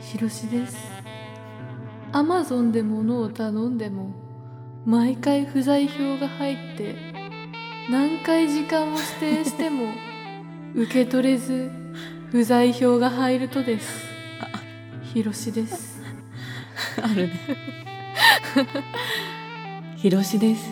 ひろしです。アマゾンで物を頼んでも毎回不在票が入って何回時間を指定しても受け取れず不在票が入るとです。ひろしです。 あるねひろしです。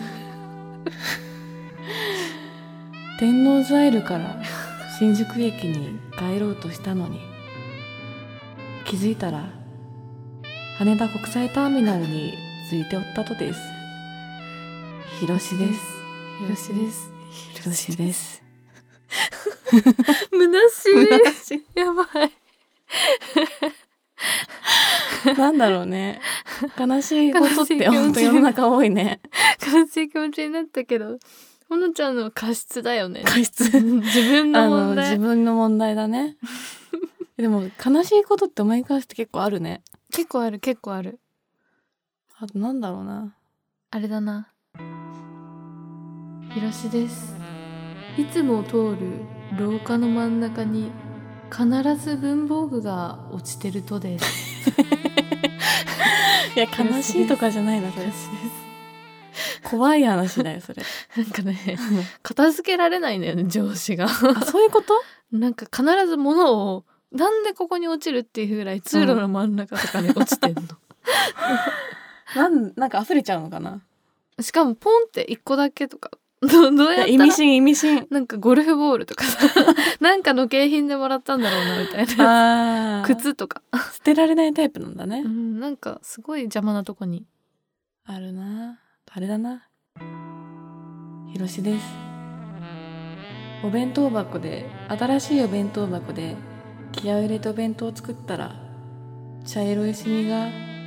天王洲アイルから新宿駅に帰ろうとしたのに気づいたら羽田国際ターミナルに着いておったとです。ひろしです。 ひろしです。 ひろしです。 虚しいやばいなんだろうね、悲しいことって本当世の中多いね。 悲しい気持ちになったけど、ほのちゃんの過失だよね。 過失自分の問題。 自分の問題だねでも悲しいことって思い返すって結構あるね。 結構ある。 あとなんだろうな、 あれだな。ひろしです。いつも通る廊下の真ん中に必ず文房具が落ちてるとです。 いや悲しいとかじゃないな、それ。怖い話だよそれ。 なんかね、片付けられないんだよね、上司が。 あ、そういうこと？ なんか必ず物をなんでここに落ちるっていうぐらい通路の真ん中とかに落ちてんの。 なんか溢れちゃうのかな。 しかもポンって1個だけとか。どうやったら意味深。 なんかゴルフボールとかさなんかの景品でもらったんだろうなみたいな。靴とか捨てられないタイプなんだね。 なんかすごい邪魔なとこにあるな。あれだな。ひろしです。お弁当箱で新しいお弁当箱で気合を入れてお弁当を作ったら茶色いシミが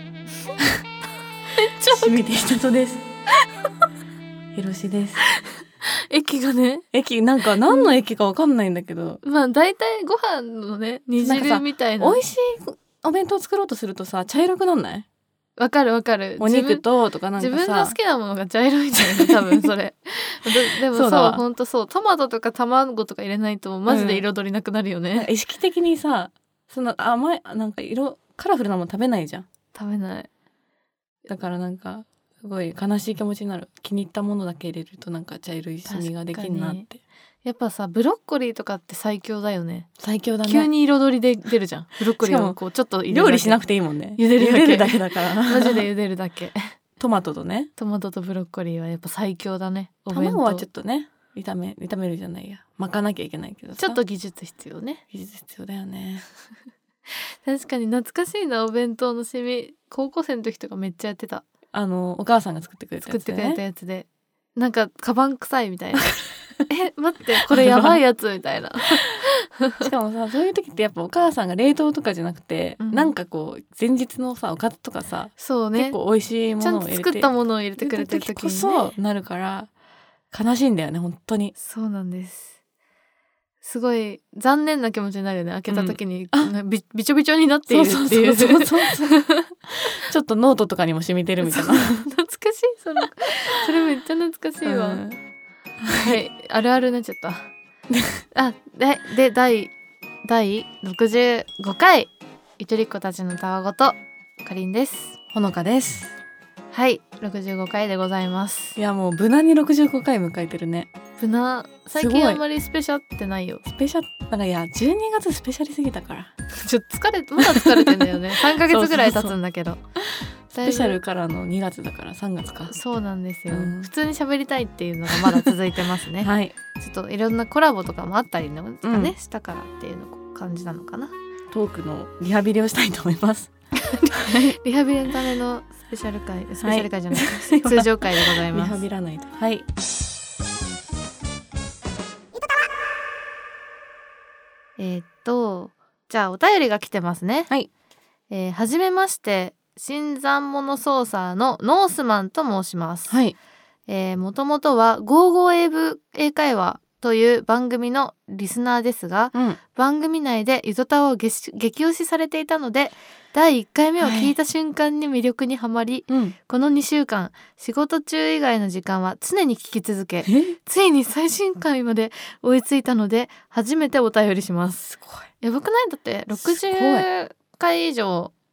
染みてきたとです。ひろしです。 液がね、 なんか何の液かわかんないんだけど、 まあ大体ご飯のね煮汁みたいな。 美味しいお弁当作ろうとするとさ茶色くなんない？ わかる。 お肉とかなんかさ、 自分の好きなものが茶色いんだよね多分それでもそうほんとそう、トマトとか卵とか入れないとマジで彩りなくなるよね、 意識的にさ、その甘いなんかカラフルなもの食べないじゃん。 食べない。 だからなんかすごい悲しい気持ちになる。気に入ったものだけ入れるとなんか茶色いシミができんなって。 やっぱさブロッコリーとかって最強だよね。 最強だね。 急に彩りで出るじゃん。ブロッコリーをこうちょっと入れるだけ。 料理しなくていいもんね。 茹でるだけだからマジで茹でるだけ。 トマトとブロッコリーはやっぱ最強だね。 卵はちょっとね炒めるじゃないや、巻かなきゃいけないけどさ、 ちょっと技術必要ね。 技術必要だよね確かに懐かしいな、お弁当のシミ。高校生の時とかめっちゃやってた。 お母さんが作ってくれたやつでなんかカバン臭いみたいな待ってこれやばいやつみたいなしかもさ、そういう時ってやっぱお母さんが冷凍とかじゃなくて、なんかこう前日のさおかずとかさ、 そうね、 結構美味しいものを入れてちゃんと作ったものを入れてくれてる時にね、 そうなるから悲しいんだよね本当に。そうなんです。すごい残念な気持ちになるよね、開けた時に、びちょびちょになっているっていう。 そうちょっとノートとかにも染みてるみたいな。 懐かしい。それめっちゃ懐かしいわ、はい、あるあるになっちゃったで第65回ゆとりっ子たちのたわごと、かりんです。 ほのかです。 はい、65回でございます。 いやもう無難に65回迎えてるね。 無難。最近あんまりスペシャってないよ。 スペシャなんかいや12月スペシャルすぎたからちょっとまだ疲れてんだよね3ヶ月ぐらい経つんだけどスペシャルからの2月だから3月か。 そうなんですよ、普通に喋りたいっていうのがまだ続いてますねはい、 ちょっといろんなコラボとかもあったりのしたからっていうの感じなのかな。 トークのリハビリをしたいと思いますリハビリのためのスペシャル回じゃない、通常回でございます。 リハビらないと。はい、 じゃあお便りが来てますね。 はい、 はじめまして、新参者操作のノースマンと申します。 はい、 もともとは55英会話という番組のリスナーですが、番組内でゆとたわを激推しされていたので第1回目を聞いた瞬間に魅力にはまり、この2週間仕事中以外の時間は常に聞き続け、ついに最新回まで追いついたので初めてお便りします。 すごい。 やばくない？だって60回以上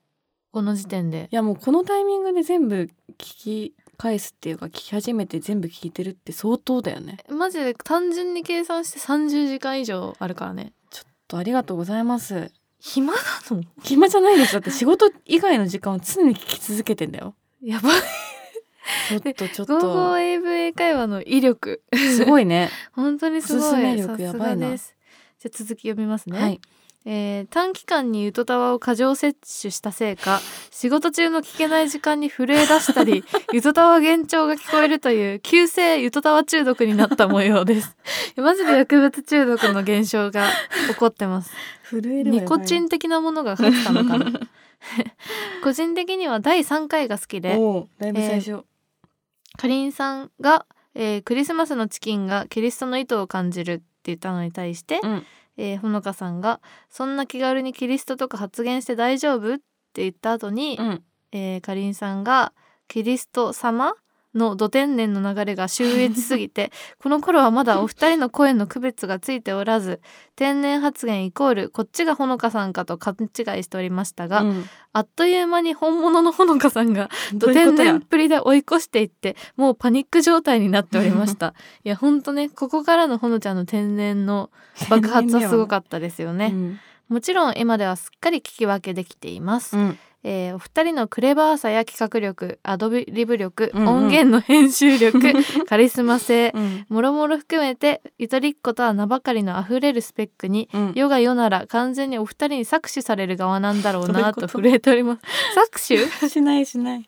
この時点で。 いやもうこのタイミングで全部聞き返すっていうか聞き始めて全部聞いてるって相当だよね。 マジで単純に計算して30時間以上あるからね。 ちょっとありがとうございます。 暇なの？ 暇じゃないです。だって仕事以外の時間を常に聞き続けてんだよ。 やばい。 ちょっとゴーゴー英語英会話の威力すごいね。 本当にすごい。 おすすめ力やばいな。 さすがです。じゃあ続き読みますね。 はい。 短期間にゆとたわを過剰摂取したせいか仕事中の聞けない時間に震え出したりゆとたわ幻聴が聞こえるという急性ゆとたわ中毒になった模様です。マジで薬物中毒の現象が起こってます。 震えるわよ。 ニコチン的なものが入ってたのかな個人的には第3回が好きで、 だいぶ最初、 かりんさんが、クリスマスのチキンがキリストの意図を感じるって言ったのに対して、ほのかさんがそんな気軽にキリストとか発言して大丈夫って言った後に、かりんさんがキリスト様のど天然の流れが秀逸すぎてこの頃はまだお二人の声の区別がついておらず天然発言イコールこっちがほのかさんかと勘違いしておりましたが、あっという間に本物のほのかさんがど天然っぷりで追い越していってもうパニック状態になっておりましたいやほんとねここからのほのちゃんの天然の爆発はすごかったですよね、もちろん今ではすっかり聞き分けできています、お二人のクレバーさや企画力アドリブ力、音源の編集力カリスマ性、もろもろ含めてゆとりっ子とは名ばかりのあふれるスペックに、世が世なら完全にお二人に搾取される側なんだろうなと震えております。搾取しないしない。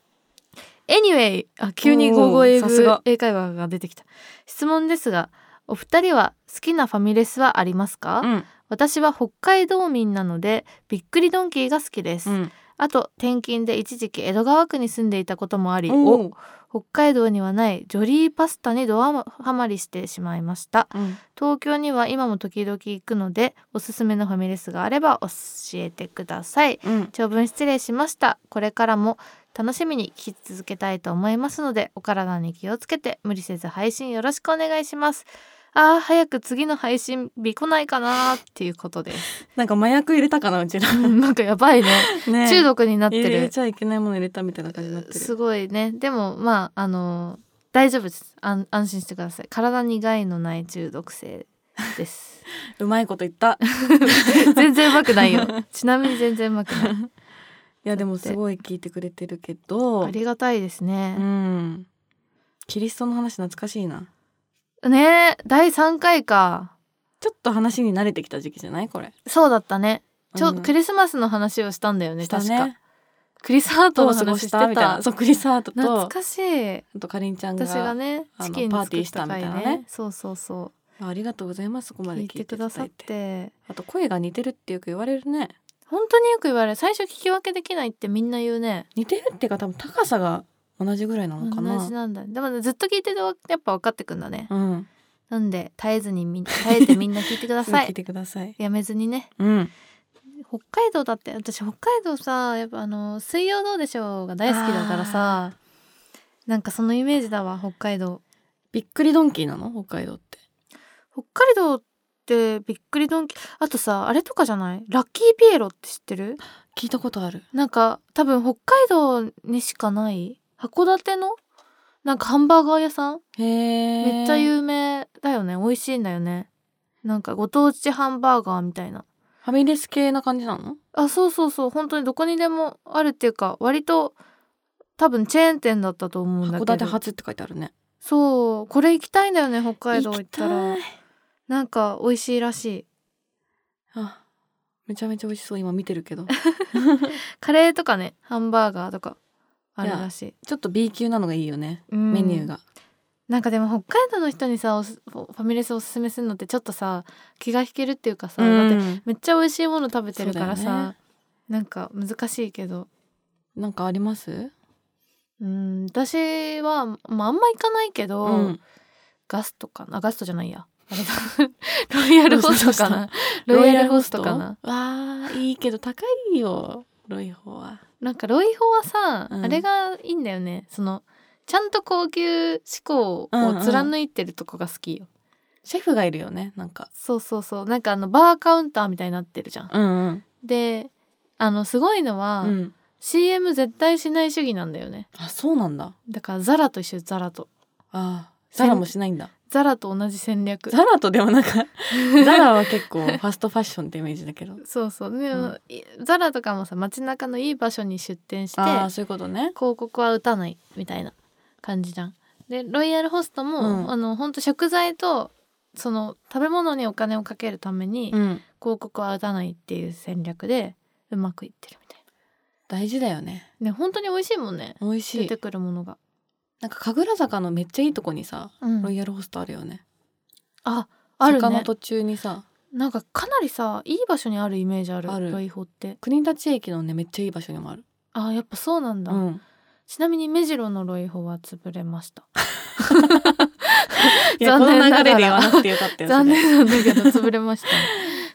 Anyway、急にゴーゴー英会話が出てきた。質問ですがお二人は好きなファミレスはありますか？私は北海道民なのでびっくりドンキーが好きです、あと転勤で一時期江戸川区に住んでいたこともあり北海道にはないジョリーパスタにドハマりしてしまいました、東京には今も時々行くのでおすすめのファミレスがあれば教えてください、長文失礼しました。これからも楽しみに聞き続けたいと思いますのでお体に気をつけて無理せず配信よろしくお願いします。早く次の配信日来ないかなっていうことです。 なんか麻薬入れたかなうちらなんかやばい ね中毒になってる。 入れちゃいけないもの入れたみたいな感じになってる。 すごいね。でもまあ大丈夫です。安心してください。体に害のない中毒性ですうまいこと言った全然うまくないよちなみに全然うまくないいやでもすごい聞いてくれてるけどありがたいですね、 キリストの話懐かしいなね。第3回か。 ちょっと話に慣れてきた時期じゃないこれ。 そうだったね。クリスマスの話をしたんだよね。確かクリスアートの話してた。 そうクリスアートと懐かしい。 あとかりんちゃんが私がねチキンパーティーしたみたいなね。 そうありがとうございます。そこまで聞いてくださって。 あと声が似てるってよく言われるね。 本当によく言われる。最初聞き分けできないってみんな言うね。 似てるっていうか多分高さが同じぐらいなのかな。 同じなんだ。でもずっと聞いててやっぱ分かってくんだね。なんで絶えてみんな聞いてください聞いてください。 やめずにね。北海道だって私北海道さやっぱ水曜どうでしょうが大好きだからさなんかそのイメージだわ北海道。 びっくりドンキーなの北海道って。 北海道ってびっくりドンキーあとさあれとかじゃないラッキーピエロって知ってる？ 聞いたことある。 なんか多分北海道にしかない函館のなんかハンバーガー屋さんめっちゃ有名だよね。美味しいんだよね。なんかご当地ハンバーガーみたいなファミレス系な感じなの？ そう本当にどこにでもあるっていうか割と多分チェーン店だったと思うんだけど函館発って書いてあるね。 そうこれ行きたいんだよね北海道行ったらなんか美味しいらしい。 めちゃめちゃ美味しそう今見てるけどカレーとかねハンバーガーとかあるらしい。 ちょっと B 級なのがいいよね、メニューが。 なんかでも北海道の人にさファミレスおすすめするのってちょっとさ気が引けるっていうかさ、だってめっちゃ美味しいもの食べてるからさ、なんか難しいけど。 なんかあります？ 私は、あんま行かないけど、ガストかなガストじゃないやあれだロイヤルホストかなロイヤルホストかな。 わーいいけど高いよロイホは。 なんかロイホはさ、あれがいいんだよね。そのちゃんと高級志向を貫いてるとこが好きよ、 シェフがいるよねなんか。 そうなんかバーカウンターみたいになってるじゃん、ですごいのは、 CM 絶対しない主義なんだよね。 あ、そうなんだ。 だからザラと一緒、ザラと。 あ、ザラもしないんだ。 ザラと同じ戦略。 ザラとでもなんかザラは結構ファストファッションってイメージだけど。 そうそう。でも、ザラとかもさ、街中のいい場所に出店して、 あ、そういうことね。 広告は打たないみたいな感じじゃん。でロイヤルホストも、ほんと食材とその食べ物にお金をかけるために、広告は打たないっていう戦略でうまくいってるみたいな。 大事だよね。 ね、本当に美味しいもんね。 美味しい。 出てくるものが。 なんか神楽坂のめっちゃいいとこにさ、ロイヤルホストあるよね。 あるね。 坂の途中にさ、 なんかかなりさいい場所にあるイメージある。ロイホって。 国立駅のねめっちゃいい場所にもある。 あ、やっぱそうなんだ。ちなみに目白のロイホは潰れました。 いや、この流れで言わなくてよかったよ。 残念なんだけど潰れました。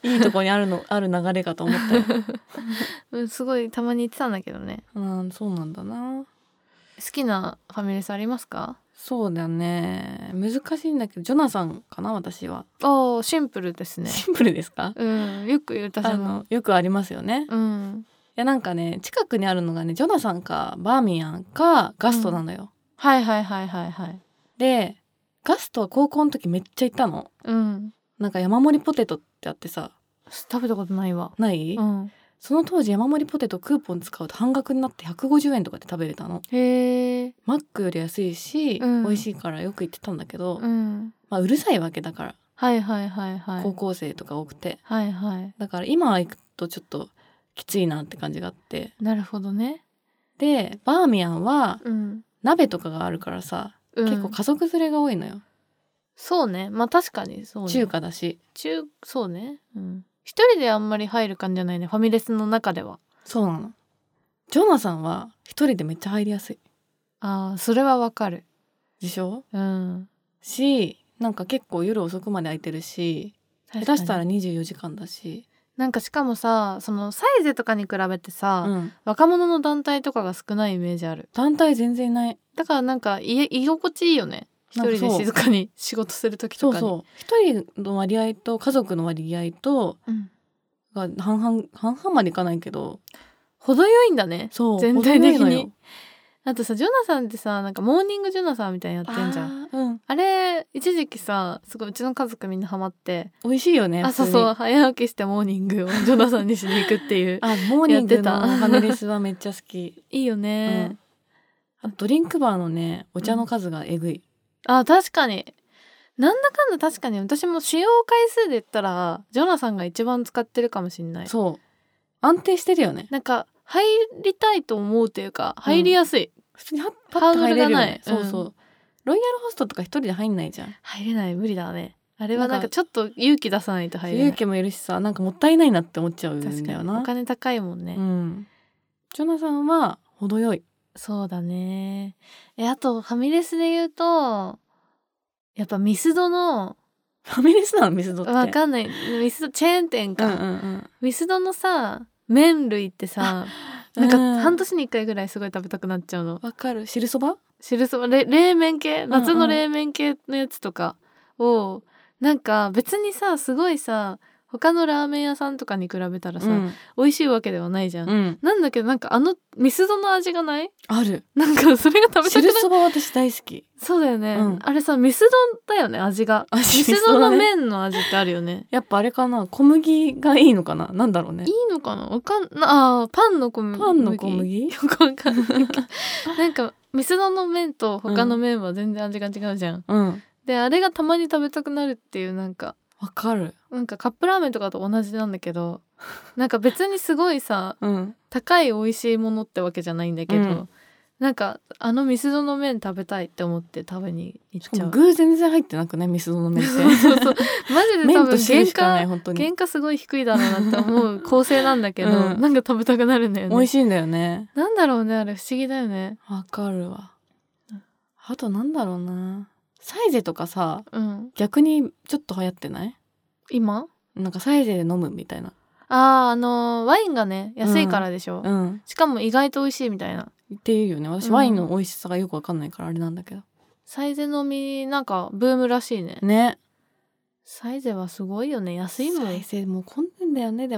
いいとこにある流れかと思ったよ。すごいたまに言ってたんだけどね。 そうなんだな。 好きなファミレスありますか？ そうだね、難しいんだけどジョナサンかな、私は。 シンプルですね。 シンプルですか？ よく言うたよくありますよね。いや、なんかね、近くにあるのがね、ジョナサンかバーミヤンかガストなのよ。 はいはいはいはいはい。 でガストは高校の時めっちゃ行ったの。なんか山盛りポテトってあってさ。 食べたことないわ。 ない？その当時山盛りポテトクーポン使うと半額になって150円とかで食べれたの。 へえ。 マックより安いし、美味しいからよく行ってたんだけど、まあうるさいわけだから。 はいはいはいはい。 高校生とか多くて。 はいはい。 だから今行くとちょっときついなって感じがあって。 なるほどね。 でバーミヤンは、鍋とかがあるからさ、結構家族連れが多いのよ。 そうね。まあ確かにそうね。 中華だし。 そうね。一人であんまり入る感じじゃないね、ファミレスの中では。 そうなの。ジョナさんは一人でめっちゃ入りやすい。 それはわかるでしょ。し、なんか結構夜遅くまで空いてるし、下手したら24時間だし。 なんかしかもさ、そのサイゼとかに比べてさ、若者の団体とかが少ないイメージある。 団体全然ない。 だからなんか居心地いいよね。一人で静かに仕事する時とかに。 そう一人の割合と家族の割合と、が半々までいかないけど程よいんだね。 そう、 全体的に。あとさ、ジョナサンってさ、なんかモーニングジョナサンみたいにやってんじゃん。あれ一時期さ、すごいうちの家族みんなハマって。 美味しいよね。 そう早起きしてモーニングをジョナサンにしに行くっていうモーニングのファミレスはめっちゃ好き。 いいよね。 ドリンクバーのね、お茶の数がえぐい。 確かに。なんだかんだ確かに私も使用回数で言ったらジョナサンが一番使ってるかもしんない。 そう。安定してるよね。 なんか入りたいと思うというか、入りやすい。 普通にパッと入れるよね。そうそう。ロイヤルホストとか一人で入んないじゃん。 入れない、無理だね。あれはなんかちょっと勇気出さないと入れない。 勇気もいるしさ、なんかもったいないなって思っちゃうんだよな。 お金高いもんね。 ジョナサンは程よい。 そうだね。あとファミレスで言うとやっぱミスドのファミレスなのミスドって。 わかんない。ミスドチェーン店か。ミスドのさ麺類ってさ、なんか半年に1回ぐらいすごい食べたくなっちゃうの。 わかる。汁そば冷麺系、夏の冷麺系のやつとかを、なんか別にさすごいさ他のラーメン屋さんとかに比べたらさ、美味しいわけではないじゃん。なんだけどなんかミスドの味がない？ ある。 なんかそれが食べたくなる。 汁そば私大好き。 そうだよね。あれさミスドだよね、味が。ミスドの麺の味ってあるよね。 やっぱあれかな、小麦がいいのかな、なんだろうね。 いいのかな、パンの小麦。 パンの小麦？ よくわかんないけどなんかミスドの麺と他の麺は全然味が違うじゃん。であれがたまに食べたくなるっていう、なんかわかる。 なんかカップラーメンとかと同じなんだけど、なんか別にすごいさ、高い美味しいものってわけじゃないんだけど、なんかミスドの麺食べたいって思って食べに行っちゃう。 具全然入ってなくね、ミスドの麺って。 そうマジで多分原価すごい低いだろうなって思う構成なんだけど、なんか食べたくなるんだよね。 美味しいんだよね。 なんだろうね、あれ不思議だよね。 わかるわ。あとなんだろうな、サイゼとかさ、逆にちょっと流行ってない？ 今なんかサイゼで飲むみたいな。 ワインがね安いからでしょ。しかも意外と美味しいみたいなっていうよね。私ワインの美味しさがよくわかんないからあれなんだけど、 サイゼ飲みなんかブームらしいね。 ね。 サイゼはすごいよね、安いもん。 サイゼもう混んでんだよね。でも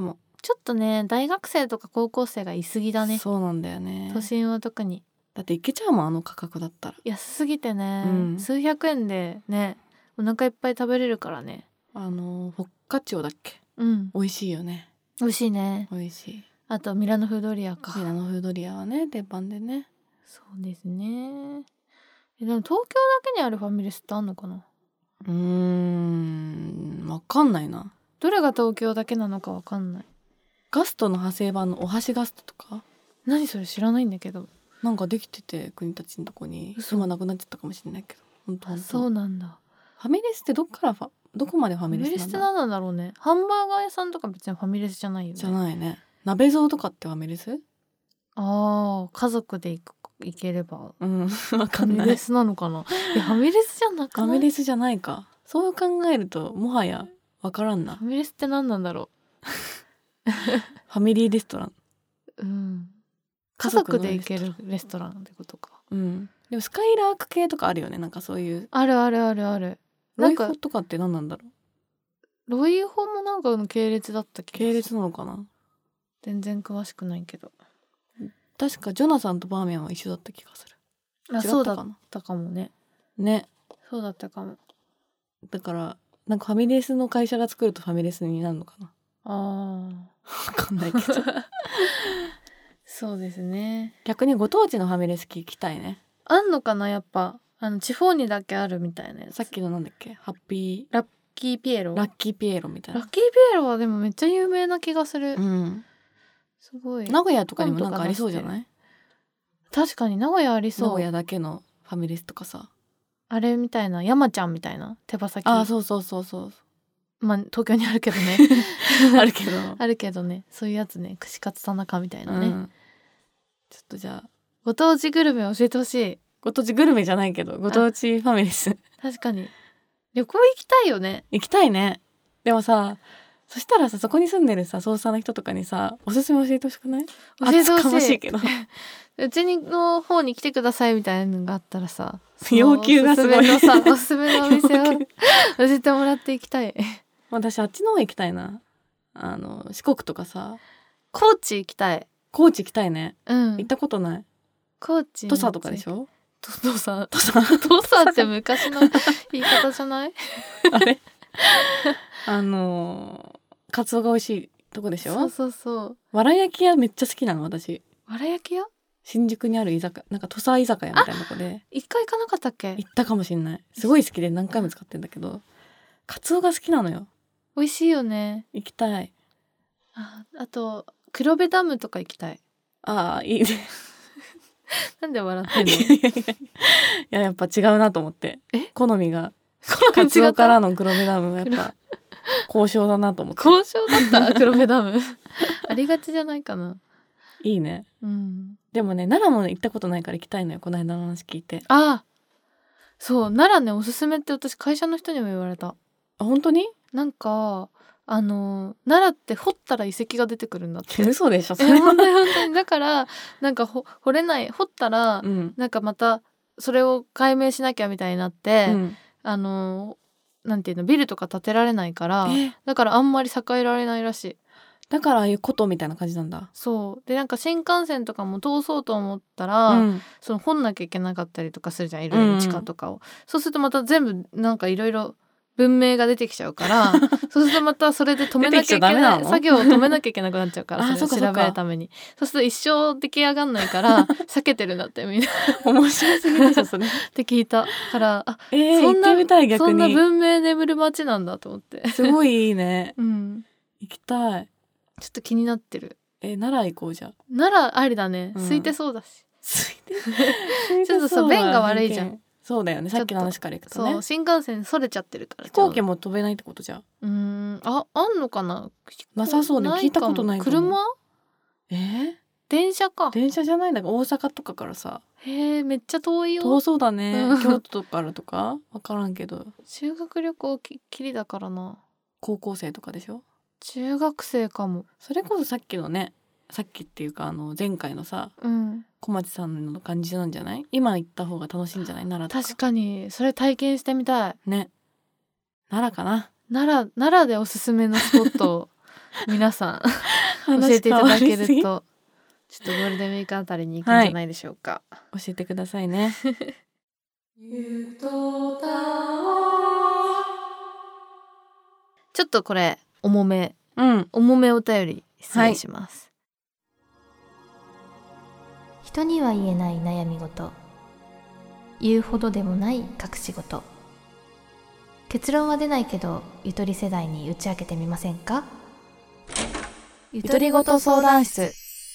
ちょっとね大学生とか高校生がいすぎだね。 そうなんだよね。 都心は特にだって行けちゃうもん、あの価格だったら。 安すぎてね、 うん、 数百円でねお腹いっぱい食べれるからね。 フォッカチオだっけ、 うん、 美味しいよね。 美味しいね。 美味しい。 あとミラノフードリアか。 ミラノフードリアはね鉄板でね。 そうですね。でも東京だけにあるファミレスってあんのかな。 わかんないな。 どれが東京だけなのかわかんない。 ガストの派生版のお箸ガストとか、 何それ知らないんだけど。 なんかできてて国立のとこに、今なくなっちゃったかもしれないけど、本当そうなんだ。 ファミレスってどこまでファミレスなんだ。 ファミレスって何なんだろうね。ハンバーガー屋さんとか別にファミレスじゃないよね。 じゃないね。鍋蔵とかってファミレス？ ああ、家族で行ければ。 わかんない。 ファミレスなのかな。いやファミレスじゃなくない？ ファミレスじゃないか。そう考えるともはやわからんな。 ファミレスって何なんだろファミリーレストラン。 う。うん。家族で行けるレストランってことか。 うん。でもスカイラーク系とかあるよね。なんかそういう。 あるあるあるある。 ロイホとかって何なんだろう。 ロイホもなんかの系列だったっけ？ 系列なのかな。 全然詳しくないけど。 確かジョナサンとバーミヤンは一緒だった気がする。 あ、そうだったかもね。 ね。 そうだったかも。 だからなんかファミレスの会社が作るとファミレスになるのかな。 あ分かんないけどそうですね。 逆にご当地のファミレス聞きたいね。 あんのかな、やっぱ地方にだけあるみたいなやつ。 さっきのなんだっけ、ラッキーピエロラッキーピエロみたいな。 ラッキーピエロはでもめっちゃ有名な気がする。すごい。 名古屋とかにもなんかありそうじゃない？ 確かに名古屋ありそう。 名古屋だけのファミレスとかさ、 あれみたいな、山ちゃんみたいな手羽先。 あ、そうそうそうそう。 まあ東京にあるけどねあるけどあるけどね、そういうやつね、串カツ田中みたいなね、 ちょっとじゃあご当地グルメ教えてほしい。 ご当地グルメじゃないけどご当地ファミレス確かに旅行行きたいよね。 行きたいね。でもさ、そしたらさ、そこに住んでるさ捜査の人とかにさ、おすすめ教えてほしくない？ 教えてほしい。 かましいけどうちの方に来てくださいみたいなのがあったらさ、 要求がすごいおすすめのお店を教えてもらって行きたい私あっちの方行きたいな。四国とかさ、 高知行きたい。 高知行きたいね。 行ったことない。 高知土佐とかでしょ？ 土佐って昔の言い方じゃないあれカツオが美味しいとこでしょ？ そうわら焼き屋めっちゃ好きなの私。 わら焼き屋？ 新宿にあるなんか土佐居酒屋みたいなとこで一回行かなかったっけ？ 行ったかもしんない。すごい好きで何回も使ってんだけど、カツオが好きなのよ。 美味しいよね。 行きたい。 あと黒部ダムとか行きたい。 ああ、いいねなんで笑ってんの？ いややっぱ違うなと思って。好みがカツオからの黒部ダムがやっぱ交渉だなと思って。 交渉だった黒部ダムありがちじゃないかな。 いいね。でもね、奈良も行ったことないから行きたいのよ。この間の話聞いて。 そう、奈良ねおすすめって私会社の人にも言われた。 本当に？ なんか奈良って掘ったら遺跡が出てくるんだって。 嘘でしょそれは。 本当にだからなんか掘ったら、なんかまたそれを解明しなきゃみたいになって、なんていうの、ビルとか建てられないから、だからあんまり栄えられないらしい。 だからああいうことみたいな感じなんだ。 そうで、なんか新幹線とかも通そうと思ったら、その掘んなきゃいけなかったりとかするじゃん、いろいろ地下とかを、そうするとまた全部なんかいろいろ文明が出てきちゃうからそうするとまたそれで止めなきゃいけない作業を止めなきゃいけなくなっちゃうからそれを調べるために。そうすると一生出来上がんないから避けてるんだってみんな面白すぎでしょそれって聞いたから行ってみたい。逆にそんな文明眠る街なんだと思ってすごいいいね行きたい。 ちょっと気になってる。 奈良行こうじゃ。 奈良ありだね、空いてそうだしちょっとさ便が悪いじゃん。 そうだよね、さっきの話からいくとね。 そう、新幹線それちゃってるから。 飛行機も飛べないってことじゃ。 あんのかな。 なさそうで聞いたことないかも。 車？電車か。 電車じゃないんだから大阪とかからさ。 めっちゃ遠いよ。 遠そうだね、京都からとか分からんけど。 修学旅行きりだからな。 高校生とかでしょ。 中学生かも。 それこそさっきのね、さっきっていうか前回のさ、小町さんの感じなんじゃない？今行った方が楽しいんじゃない？奈良とか。 確かにそれ体験してみたいね。奈良かな。 奈良でおすすめのスポットを皆さん教えていただけるとちょっとゴールデンウィークあたりに行くんじゃないでしょうか、 教えてくださいねちょっとこれ重めお便り失礼します、人には言えない悩み事、言うほどでもない隠し事。結論は出ないけどゆとり世代に打ち明けてみませんか。ゆとりごと相談室。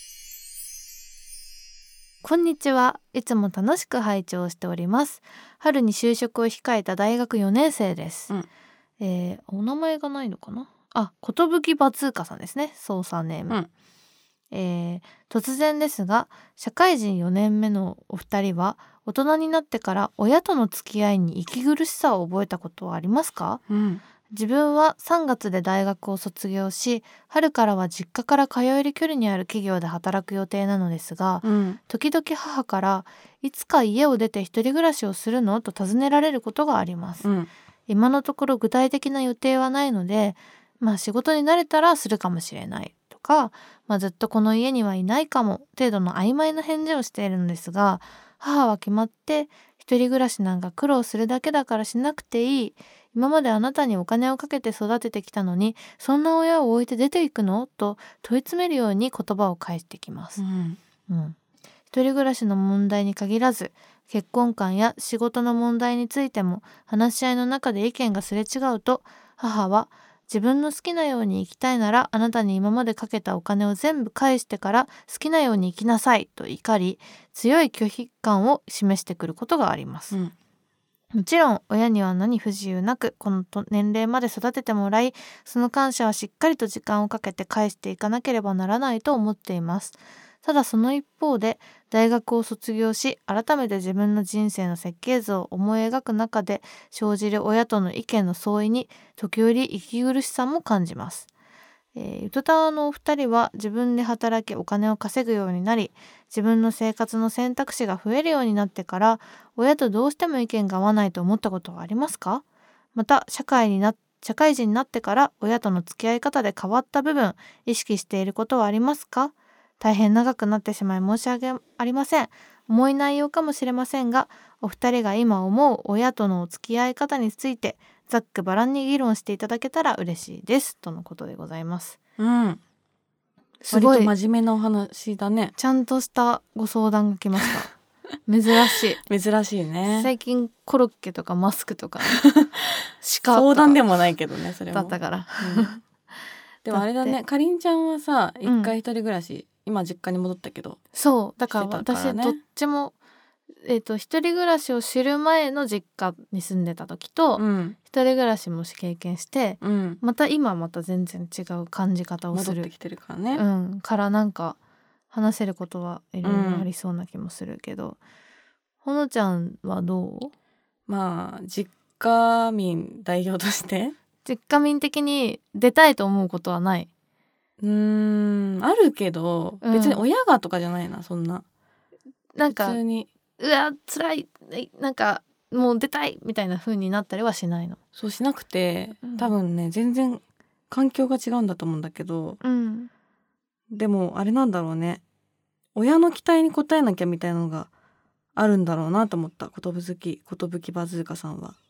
こんにちは。いつも楽しく拝聴しております。春に就職を控えた大学4年生です、お名前がないのかな。ことぶきバツーカさんですね。操作ネーム、突然ですが、社会人4年目のお二人は大人になってから親との付き合いに息苦しさを覚えたことはありますか？自分は3月で大学を卒業し、春からは実家から通える距離にある企業で働く予定なのですが、時々母からいつか家を出て一人暮らしをするのと尋ねられることがあります、今のところ具体的な予定はないので、仕事に慣れたらするかもしれないとか、ずっとこの家にはいないかも程度の曖昧な返事をしているのですが、母は決まって一人暮らしなんか苦労するだけだからしなくていい、今まであなたにお金をかけて育ててきたのにそんな親を置いて出ていくのと問い詰めるように言葉を返してきます、一人暮らしの問題に限らず、結婚観や仕事の問題についても話し合いの中で意見がすれ違うと、母は自分の好きなように生きたいならあなたに今までかけたお金を全部返してから好きなように生きなさいと怒り、強い拒否感を示してくることがあります、もちろん親には何不自由なくこの年齢まで育ててもらい、その感謝はしっかりと時間をかけて返していかなければならないと思っています。ただその一方で、大学を卒業し改めて自分の人生の設計図を思い描く中で生じる親との意見の相違に時折息苦しさも感じます。ゆとたわのお二人は自分で働きお金を稼ぐようになり、自分の生活の選択肢が増えるようになってから親とどうしても意見が合わないと思ったことはありますか？また社会人になってから親との付き合い方で変わった部分、意識していることはありますか？大変長くなってしまい申し訳ありません。重い内容かもしれませんが、お二人が今思う親との付き合い方についてざっくばらんに議論していただけたら嬉しいですとのことでございます。 すごい割と真面目なお話だね。 ちゃんとしたご相談が来ました珍しいね。 最近コロッケとかマスクとか相談でもないけどね、それもだったから、 でもあれだね、かりんちゃんはさ一回一人暮らし、今実家に戻ったけど、 そうだから私どっちも一人暮らしを知る前の実家に住んでた時と、一人暮らしも経験して、また全然違う感じ方をする、 戻ってきてるからね、 からなんか話せることはいろいろありそうな気もするけど、ほのちゃんはどう？ 実家民代表として実家民的に出たいと思うことはない？ あるけど、別に親がとかじゃないな、そんななんか普通にうわ辛い、なんかもう出たいみたいな風になったりはしないの？ そうしなくて、多分ね全然環境が違うんだと思うんだけど、でもあれなんだろうね、親の期待に応えなきゃみたいなのがあるんだろうなと思った。ことぶきバズーカさんは。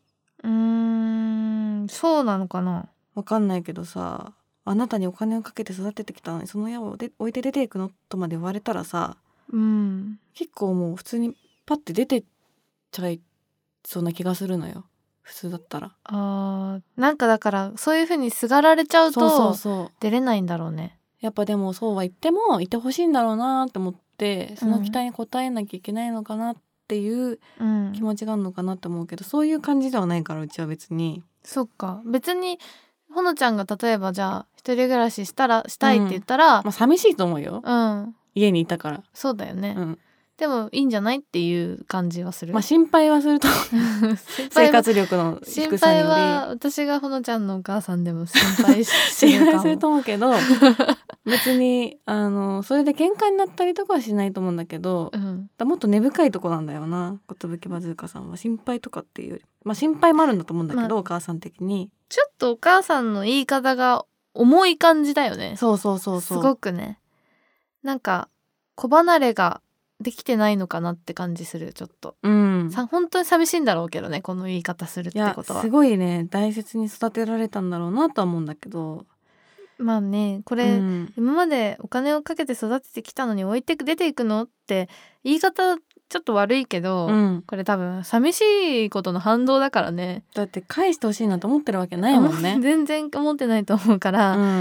そうなのかな、 わかんないけどさ、あなたにお金をかけて育ててきたのにその親を置いて出ていくのとまで言われたらさ、結構もう普通にパッて出てっちゃいそうな気がするのよ、普通だったら。 なんかだからそういう風にすがられちゃうと出れないんだろうね。 やっぱでもそうは言ってもいてほしいんだろうなって思って、その期待に応えなきゃいけないのかなっていう気持ちがあるのかなって思うけど、そういう感じではないから、うちは別に。 そっか、別にほのちゃんが例えばじゃあ一人暮らししたいって言ったら、 寂しいと思うよ、家にいたから。 そうだよね、でもいいんじゃないっていう感じはする。 心配はすると生活力の低さにより。心配は私がほのちゃんのお母さんでも心配すると思うけど別にそれで喧嘩になったりとかはしないと思うんだけど、もっと根深いとこなんだよな、ことぶきバズーカさんは。心配とかっていうより、心配もあるんだと思うんだけど、お母さん的にちょっとお母さんの言い方が重い感じだよね。 そうそうそうそう。 すごくね。なんか子離れができてないのかなって感じするちょっと。本当に寂しいんだろうけどねこの言い方するってことは。 いやすごいね大切に育てられたんだろうなとは思うんだけど。 まあねこれ、今までお金をかけて育ててきたのに置いて出ていくのって言い方ちょっと悪いけど、これ多分寂しいことの反動だからね。 だって返してほしいなと思ってるわけないもんね。 全然思ってないと思うから、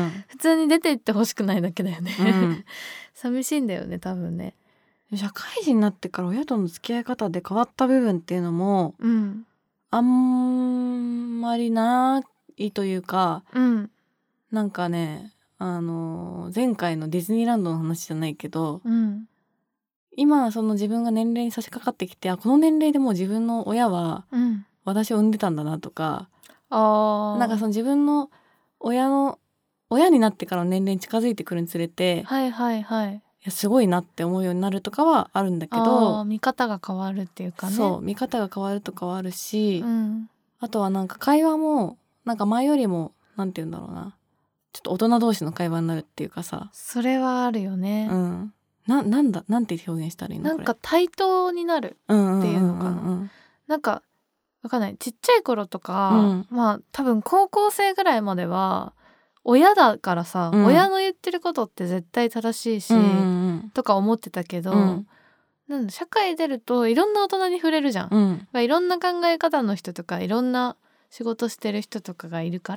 普通に出て行ってほしくないだけだよね、寂しいんだよね多分ね。 社会人になってから親との付き合い方で変わった部分っていうのも、あんまりないというか、なんかね前回のディズニーランドの話じゃないけど、今その自分が年齢に差し掛かってきてこの年齢でもう自分の親は私を産んでたんだなとか、なんかその自分の親になってからの年齢に近づいてくるにつれて、いやすごいなって思うようになるとかはあるんだけど、 見方が変わるっていうかね。 そう見方が変わるとかはあるし、あとはなんか会話もなんか前よりもなんて言うんだろうな、ちょっと大人同士の会話になるっていうかさ。 それはあるよね。 なんて表現したらいいの？ なんか対等になるっていうのかな。なんかわかんない、ちっちゃい頃とか、まあ多分高校生ぐらいまでは親だからさ、親の言ってることって絶対正しいし、とか思ってたけど、なん社会出るといろんな大人に触れるじゃん、いろんな考え方の人とかいろんな仕事してる人とかがいるから、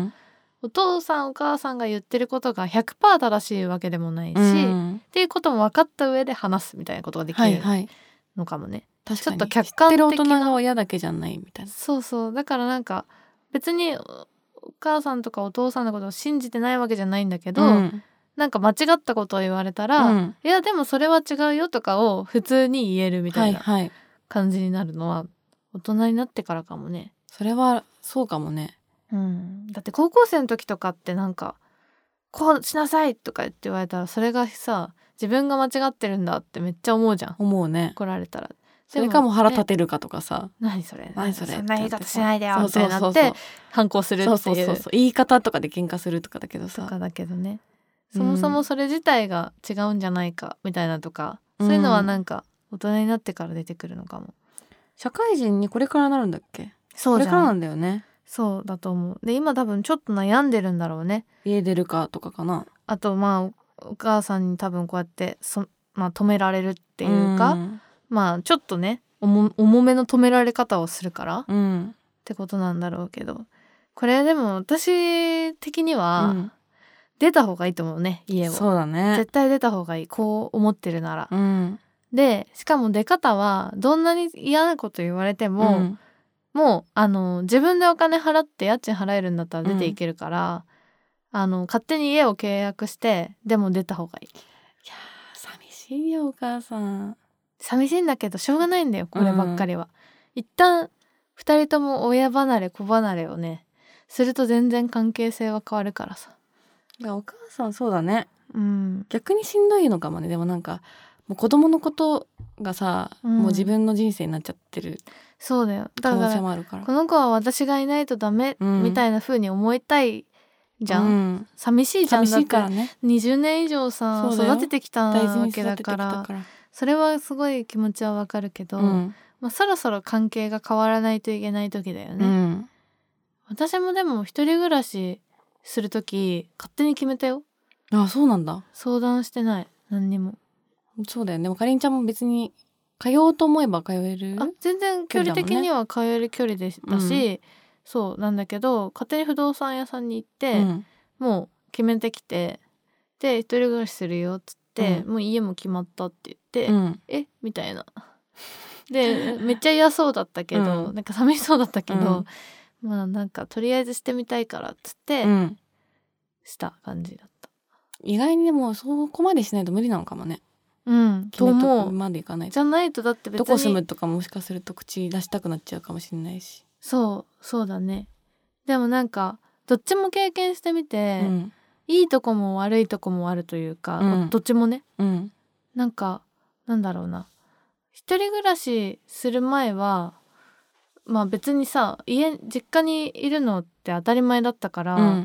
お父さんお母さんが言ってることが 100% 正しいわけでもないし、っていうことも分かった上で話すみたいなことができるのかもね。 確かにちょっと客観的な。 知ってる大人が親だけじゃないみたいな。 そうそう、だからなんか別にお母さんとかお父さんのことを信じてないわけじゃないんだけど、なんか間違ったことを言われたら、いやでもそれは違うよとかを普通に言えるみたいな感じになるのは大人になってからかもね。 それはそうかもね。 だって高校生の時とかってなんかこうしなさいとか言って言われたら、それがさ自分が間違ってるんだってめっちゃ思うじゃん。 思うね。 怒られたら。 それかも腹立てるかとかさ、 何それ何それそんな言い方しないでよってなって反抗するっていう、 言い方とかで喧嘩するとかだけどさ、 とかだけどね、そもそもそれ自体が違うんじゃないかみたいなとか、そういうのはなんか大人になってから出てくるのかも。 社会人にこれからなるんだっけ？ そうじゃん、 これからなんだよね。 そうだと思う。で今多分ちょっと悩んでるんだろうね。 家出るかとかかな。 あとまあお母さんに多分こうやって止められるっていうか、まあちょっとね重めの止められ方をするから、ってことなんだろうけど、これでも私的には、出た方がいいと思うね、家を。 そうだね、 絶対出た方がいい、こう思ってるなら、でしかも出方はどんなに嫌なこと言われても、もう自分でお金払って家賃払えるんだったら出ていけるから、勝手に家を契約してでも出た方がいい。いや寂しいよお母さん。 寂しいんだけどしょうがないんだよこればっかりは、一旦2人とも親離れ子離れをねすると全然関係性は変わるからさ。 お母さんそうだね、逆にしんどいのかもね。でもなんかもう子供のことがさ、もう自分の人生になっちゃってる。 そうだよ、だからこの子は私がいないとダメ、みたいな風に思いたいじゃん、寂しいじゃん。 寂しいからね、 だって20年以上さ育ててきたわけだからそれはすごい気持ちはわかるけど、そろそろ関係が変わらないといけない時だよね、私もでも一人暮らしする時勝手に決めたよ。 あ、そうなんだ。 相談してない何にも。 そうだよね。でもかりんちゃんも別に通おうと思えば通える、 全然距離的には通える距離でしたし、そうなんだけど勝手に不動産屋さんに行って、もう決めてきて、で一人暮らしするよっつって、もう家も決まったって言って、みたいなでめっちゃ嫌そうだったけど、なんか寂しそうだったけど、まあなんかとりあえずしてみたいからっつって、した感じだった。 意外にでもそこまでしないと無理なのかもね。 と思う。 までいかないと。 じゃないとだって別にどこ住むとかもしかすると口出したくなっちゃうかもしれないし。 そうだね。でもなんかどっちも経験してみて、いいとこも悪いとこもあるというか、どっちもね、なんかなんだろうな、一人暮らしする前はまあ別にさ実家にいるのって当たり前だったから、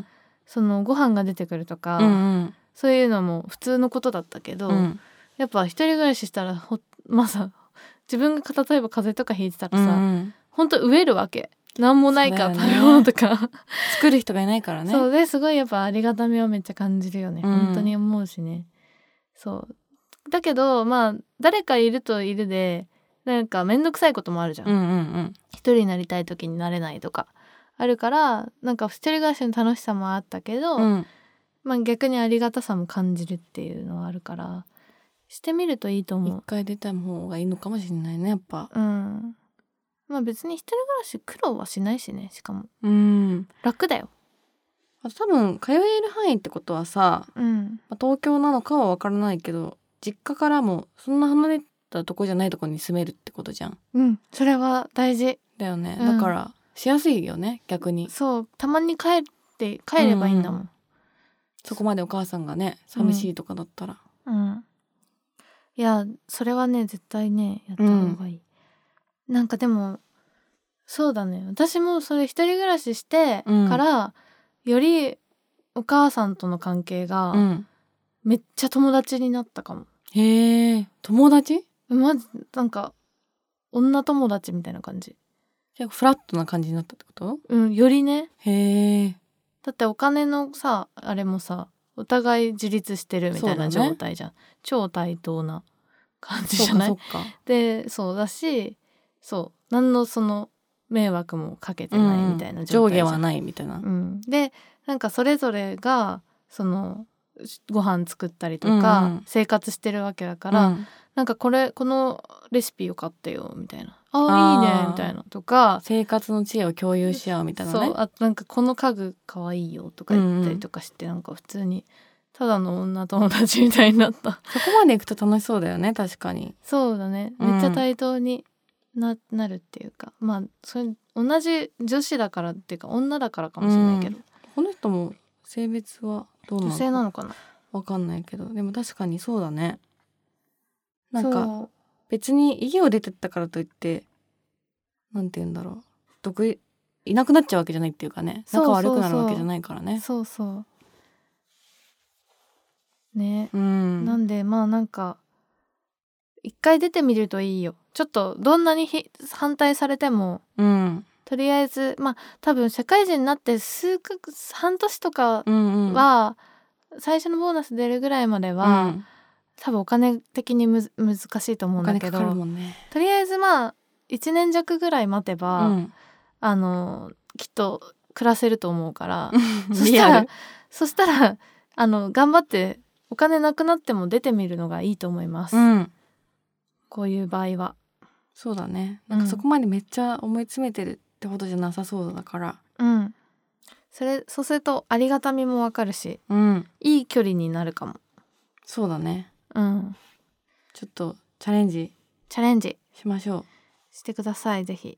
そのご飯が出てくるとか、 うんうん、 そういうのも普通のことだったけど、やっぱ一人暮らししたらまあさ自分が例えば風邪とかひいてたらさ、ほんと飢えるわけ。なんもないから食べ物とか作る人がいないからね。 そうですごいやっぱありがたみをめっちゃ感じるよね、本当に思うしね。そうだけどまあ誰かいるといるでなんかめんどくさいこともあるじゃん、一人になりたい時になれないとかあるから、なんか一人暮らしの楽しさもあったけど、まあ逆にありがたさも感じるっていうのはあるからしてみるといいと思う。 一回出た方がいいのかもしれないねやっぱ。 まあ別に一人暮らし苦労はしないしね。しかも楽だよ。 多分通える範囲ってことはさ、東京なのかは分からないけど実家からもそんな離れたとこじゃないとこに住めるってことじゃん。 それは大事だよね、だからしやすいよね逆に。 そうたまに帰ればいいんだもん、 そこまでお母さんがね寂しいとかだったら、 いやそれはね絶対ねやった方がいい、なんかでもそうだね、私もそれ一人暮らししてから、よりお母さんとの関係がめっちゃ友達になったかも。 へえ、友達？ まずなんか女友達みたいな感じ。 結構フラットな感じになったってこと？ よりね。 へえ。 だってお金のさあれもさお互い自立してるみたいな状態じゃん、超対等な感じじゃない？ そうかでそうだし、そう何のその迷惑もかけてないみたいな状態じゃん、 上下はないみたいな、 でなんかそれぞれがそのご飯作ったりとか生活してるわけだから、なんかこのレシピよかったよみたいな、いいねみたいなとか、 生活の知恵を共有し合うみたいなね。 そう、なんかこの家具かわいいよとか言ったりとかして、なんか普通にただの女友達みたいになった。 そこまで行くと楽しそうだよね。確かにそうだね、めっちゃ対等になるっていうか、まあそれ同じ女子だからっていうか女だからかもしれないけど、 この人も性別はどうなのか女性なのかな、 わかんないけど、でも確かにそうだね。なんか別に家を出てったからといってなんて言うんだろう、いなくなっちゃうわけじゃないっていうかね、仲悪くなるわけじゃないからね。 そうそうね、なんでまあなんか一回出てみるといいよ。ちょっとどんなに反対されても、とりあえずまあ多分社会人になって半年とかは、最初のボーナス出るぐらいまでは、多分お金的に難しいと思うんだけど、とりあえずまあ1年弱ぐらい待てば、きっと暮らせると思うからそしたら頑張ってお金なくなっても出てみるのがいいと思います、こういう場合は。 そうだね、なんかそこまでめっちゃ思い詰めてるってほどじゃなさそうだから、そうするとありがたみもわかるし、いい距離になるかも。 そうだね、ちょっとチャレンジしましょう。 してくださいぜひ。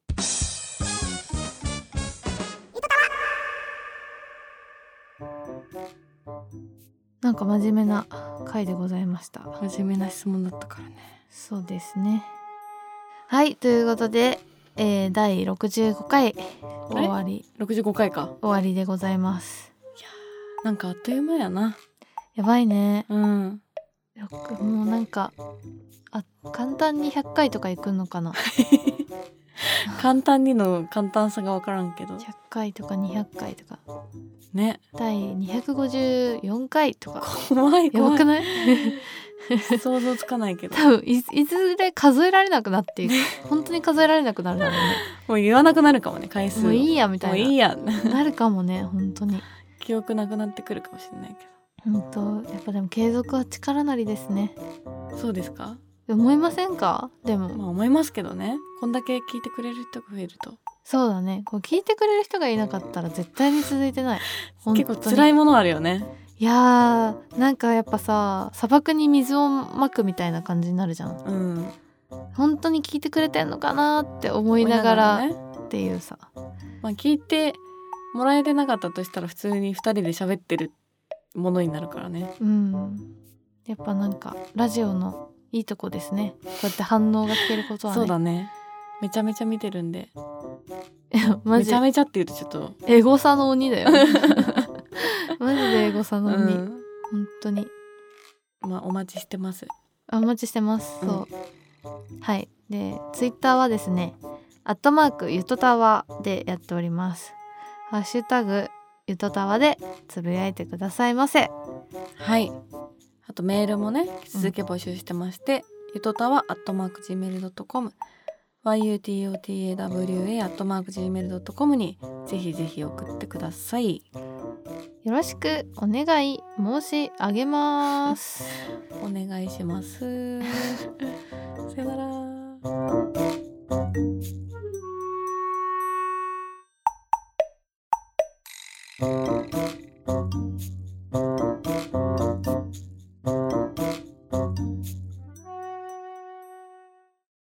なんか真面目な回でございました。 真面目な質問だったからね。 そうですね。はい、ということで、第65回終わり。 65回か。 終わりでございます。 いやなんかあっという間やな。 やばいね。もうなんか簡単に100回とかいくのかな簡単にの簡単さが分からんけど、 100回とか200回とかね、 第254回とか怖いやばくない想像つかないけど、 多分いずれ数えられなくなって本当に数えられなくなるだろうね。 もう言わなくなるかもね、回数もういいやみたいな、 もういいやなるかもね、本当に記憶なくなってくるかもしれないけど、やっぱでも継続は力なりですね。 そうですか？ 思いませんか？でもまあ思いますけどね、こんだけ聞いてくれる人が増えると。 そうだね、こう聞いてくれる人がいなかったら絶対に続いてない結構辛いものあるよね。 いやーなんかやっぱさ、砂漠に水をまくみたいな感じになるじゃん、本当に聞いてくれてんのかなって思いながらっていうさ、 まあ聞いてもらえてなかったとしたら普通に2人で喋ってるものになるからね。 やっぱなんかラジオのいいとこですね、こうやって反応が聞けることはね。 そうだね、めちゃめちゃ見てるんで。 いやマジめちゃめちゃって言うとちょっとエゴサの鬼だよマジでエゴサのに、本当にまあお待ちしてます。 お待ちしてます、そうはい。でツイッターはですね@ゆとたわでやっております。ハッシュタグゆとたわでつぶやいてくださいませ。 はい。あとメールもね引き続き募集してまして、ゆとたわ@gmail.com yutotawa@gmail.com にぜひぜひ送ってください。 よろしくお願い申し上げますお願いします。さよなら。